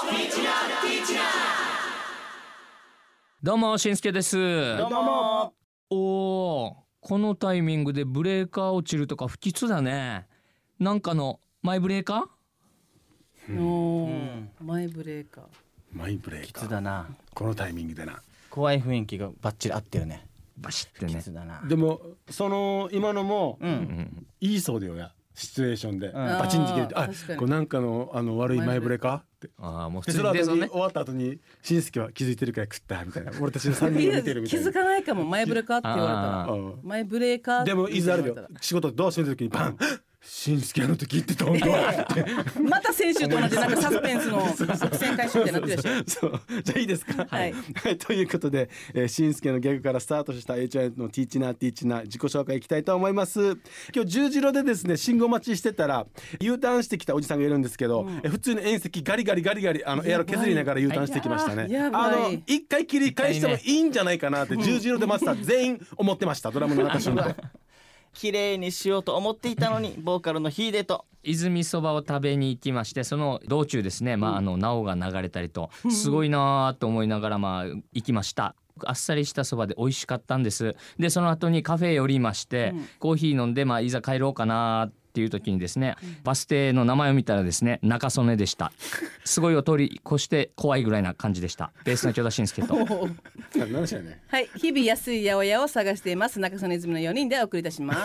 どうもしんすけです。 どうも。 おー、このタイミングでブレーカー落ちるとか不吉だね。なんかのマイブレーカー？ マイブレーカー。 マイブレーカー。 きつだな。 このタイミングでな。 怖い雰囲気がバッチリ合ってるね。 バシッてねきつだな。 でもその今のもうんいいそうだよや。シチュエーションでんバチンと切れて、あ、 確かにこれなんかの悪いマイブレーカーって。 あーもう普でその後通に出そうね。 に終わった後にしんすけは気づいてるから食ったみたいな。俺たちの3人を見てるみたいな。 気づかないかもマイブレーカーって言われたらあーマイブレーカーってでもいずあるよ言われたら仕事どうしてる時にバンしんすけの時言ってた本当はってまた先週と同じなんかサスペンスの伏線回収みたいになってるでしょ。 そうじゃあいいですか。 はいはいということで、しんすけのギャグからスタートした HY のティーチナー自己紹介いきたいと思います。今日十字路でですね信号待ちしてたら U ターンしてきたおじさんがいるんですけど、普通の縁石ガリガリエアロ削りながら U ターンしてきましたね。 やばい一回切り返してもいいんじゃないかなって十字路でマスター全員思ってました。ドラムの中旬と綺麗にしようと思っていたのにボーカルのヒーデと泉そばを食べに行きまして、その道中ですね、なおが流れたりとすごいなと思いながら行きました。あっさりしたそばで美味しかったんです。でその後にカフェへ寄りまして、コーヒー飲んでいざ帰ろうかなっていう時にですね、バス停の名前を見たらですね中曽根でした。すごいを通り越して怖いぐらいな感じでした。ベースの京田慎介と何でしたよね。 はい、日々安い八百屋を探しています中曽根泉の4人でお送りいたします。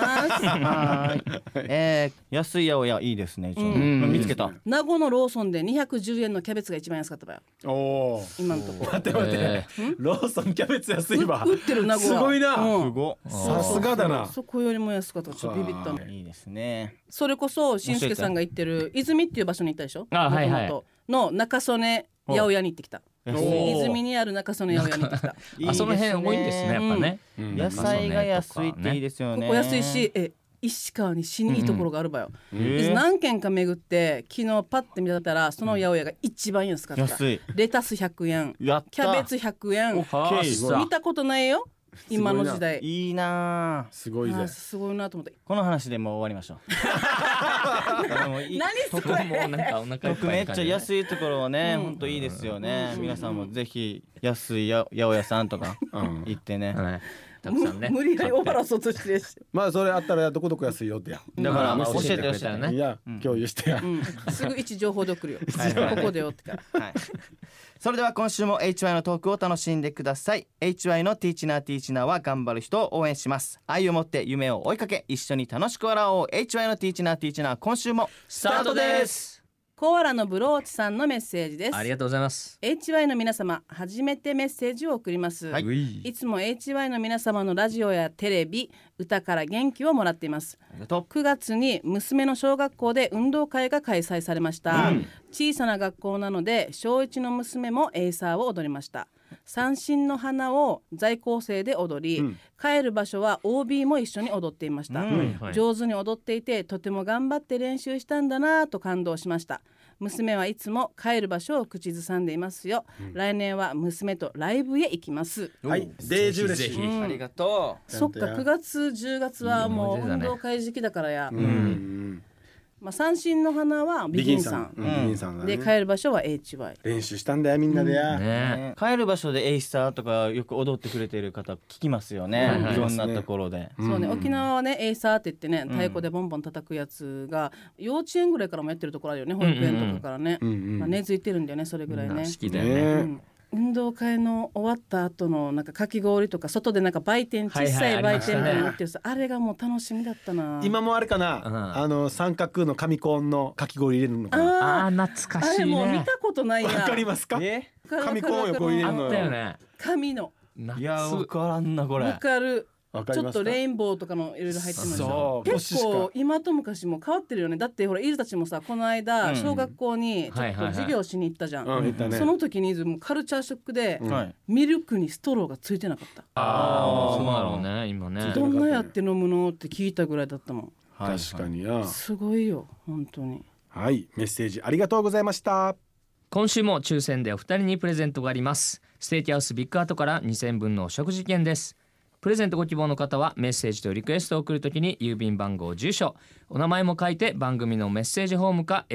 はい安い八百屋いいですね。見つけた。 名護のローソンで210円のキャベツが一番安かったわよおー今のところ。 待って、ローソンキャベツ安いわ。 売ってる名護はすごいな、 うんごさすがだな。 そこよりも安かった。ちょっとビビったの。 いいですね。 それこそしんすけさんが行ってる泉っていう場所に行ったでしょ。 あはいはい元々の中曽根八百屋に行ってきた。 おー泉にある中曽根八百屋に行ってきた。 あその辺多いんですねやっぱね。 野菜が安いっていいですよね。 ここ安いし、石川に死にいいところがあるわよ。 ー何軒か巡って昨日パッて見たらその八百屋が一番安かった。 安い。 レタス100円、 やった。 キャベツ100円。 オッケー。 見たことないよ今の時代。 いいな。 すごいぜ。 すごいなと思って。 この話でもう終わりましょう。 何それ。 もうなんかお腹いっぱい僕めっちゃい安いところはね、本当いいですよね。皆さんもぜひ安い八百屋さんとか行ってね。 はいたくさんね。 無理やり終わらそうとしてるし。 まあそれあったらどこどこ安いよってや。 だからまあ教えてくれたらねいや共有してや。 すぐ位置情報で送るよ。ここでよってから。 はい。それでは今週も HY のトークを楽しんでください。HY のティーチナーは頑張る人を応援します。愛を持って夢を追いかけ一緒に楽しく笑おう。HY のティーチナー今週もスタートです。 コアラのブローチさんのメッセージです。 ありがとうございます。 HY の皆様、初めてメッセージを送ります、 はいいつも HY の皆様のラジオやテレビ、歌から元気をもらっています。 ありがと 9月に娘の小学校で運動会が開催されました、小さな学校なので小1の娘もエイサーを踊りました。三振の花を在校生で踊り、帰る場所は OB も一緒に踊っていました、 はい上手に踊っていてとても頑張って練習したんだなと感動しました。娘はいつも帰る場所を口ずさんでいますよ、来年は娘とライブへ行きます。 はいデージ嬉しい。 う。ありがとそっか9月10月はもういい思い出だね運動会時期だからや、 うん三振の花はビギンさん、 ビギンさんがねで帰る場所は HY。 練習したんだよみんなでや。 ねう。帰る場所でエイサーとかよく踊ってくれている方聞きますよね。 はいはいいろんなところで。 そうね、沖縄はねエイサーって言ってね太鼓でボンボン叩くやつが幼稚園ぐらいからもやってるところあるよね、保育園とかからね、根付いてるんだよねそれぐらいね。 好きだよね。 ね運動会の終わった後のなんかかき氷とか外でなんか売店小さい売店みたいなの売ってるさ、あれがもう楽しみだったな。 今もあれかな、三角の紙コーンのかき氷入れるのかな。 あー懐かしいあれもう見ね。 たことないや。 わかりますか。 え？ 紙コーンをこう入れるのあったよよ。 ね。 紙のいやわからんなこれわ。かる。ちょっわかりますか。 とレインボーとかのいろいろ入ってるのそう結構今と昔も変わってるよね。だってほらイズたちもさこの間小学校にちょっと授業しに行ったじゃん、 言ったね。 その時にイズもカルチャーショックで、 はい。 ミルクにストローがついてなかった。 ああそうだろうね今ね。 どんなやって飲むのって聞いたぐらいだったもん。 はい確かにや。 すごいよ本当に。 はいメッセージありがとうございました。 今週も抽選でお二人にプレゼントがあります。ステーキハウスビッグアートから2000分のお食事券です。 プレゼントご希望の方はメッセージとリクエストを送るときに郵便番号住所お名前も書いて番組のメッセージフォームか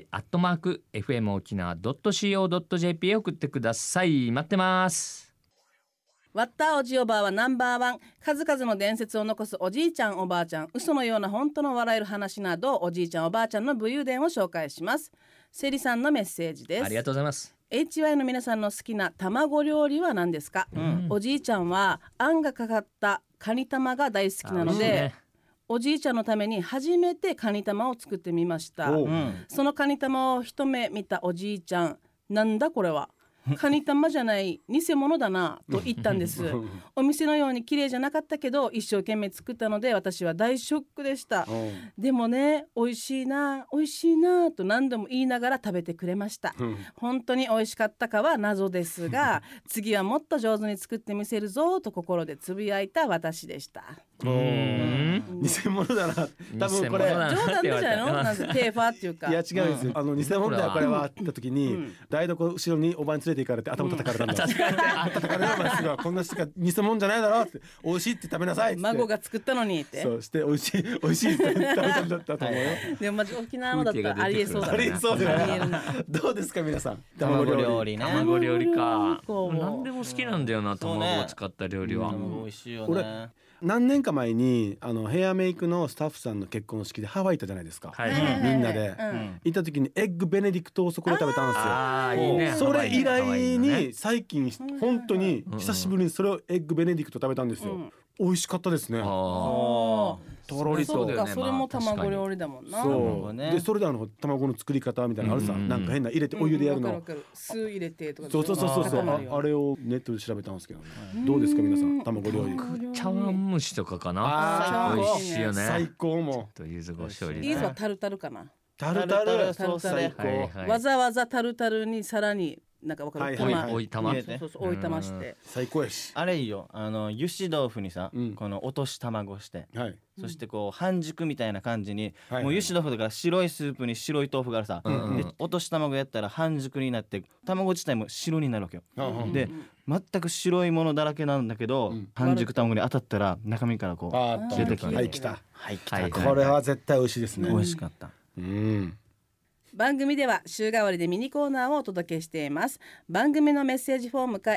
hy@fmokinawa.co.jp へ送ってください。待ってます。 ワッターおじおばあはナンバーワン。数々の伝説を残すおじいちゃんおばあちゃん、嘘のような本当の笑える話などおじいちゃんおばあちゃんの武勇伝を紹介します。セリさんのメッセージです。 ありがとうございます。 HY の皆さんの好きな卵料理は何ですか？おじいちゃんはあんがかかったカニ玉が大好きなので、おじいちゃんのために初めてカニ玉を作ってみました。そのカニ玉を一目見たおじいちゃん、なんだこれはカニ玉じゃない偽物だなと言ったんです。お店のように綺麗じゃなかったけど一生懸命作ったので私は大ショックでした。でもね、美味しいな美味しいなと何度も言いながら食べてくれました。本当に美味しかったかは謎ですが次はもっと上手に作ってみせるぞと心でつぶやいた私でした。 偽物だな。多分これ冗談じゃないの？なんかテーファーっていうか。 いや違うんですよ。偽物だよこれはあった時に台所後ろにおばに連れて行かれて頭叩かれたんだ。叩かれたんだ。こんな人が偽物じゃないだろって、美味しいって食べなさいって。 孫が作ったのにって。 そうして美味しいって食べたんだったと思うよ。 でも沖縄のだったらありえそうだな。 ありえそうだな。どうですか皆さん。 卵料理ね。 卵料理か。何でも好きなんだよな、卵を使った料理は。 美味しいよね。 何年か前にヘアメイクのスタッフさんの結婚式でハワイ行ったじゃないですか、みんなで行った時にエッグベネディクトをそこで食べたんですよ。それ以来に最近本当に久しぶりにそれをエッグベネディクト食べたんですよ。美味しかったですね。とろりと。 そうか、それも卵料理だもんな。 そうでそれで卵の作り方みたいなのあるさ、なんか変な入れてお湯でやるの、 酢入れてとか。 そうあれをネットで調べたんですけどね。どうですか皆さん、卵料理。 茶碗蒸しとかかな。美味しいよね。 最高。もと柚子胡椒入れて。 いいぞタルタルかな。 タルタル最高。 わざわざタルタルにさらになんかわかる、 追い玉追い玉して最高やし。 あれいいよ、油脂豆腐にさ、この落とし卵して、そしてこう半熟みたいな感じに、もう油脂豆腐だから白いスープに白い豆腐があるさ、で落とし卵やったら半熟になって卵自体も白になるわけよ。で全く白いものだらけなんだけど、半熟卵に当たったら中身からこう出てきて、 はい来た。 これは絶対美味しいですね。 美味しかった。 番組では週替わりでミニコーナーをお届けしています。番組のメッセージフォームか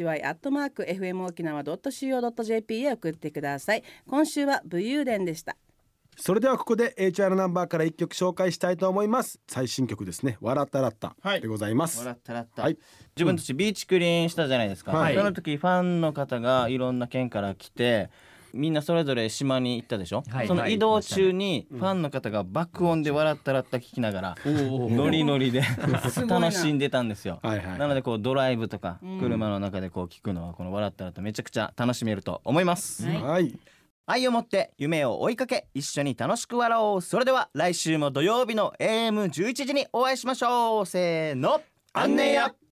hy@fmokinawa.co.jp へ送ってください。今週は武勇伝でした。 それではここで HR ナンバーから1曲紹介したいと思います。最新曲ですね、笑ったらったでございます。 笑ったらった、自分たちビーチクリーンしたじゃないですか、その時ファンの方がいろんな県から来てみんなそれぞれ島に行ったでしょ、その移動中にファンの方が爆音で笑ったらった聞きながらノリノリで楽しんでたんですよ。なのでこうドライブとか車の中でこう聞くのはこの笑ったらっためちゃくちゃ楽しめると思います。愛を持って夢を追いかけ一緒に楽しく笑おう。それでは来週も土曜日の AM11 時にお会いしましょう。せーの、アンネや。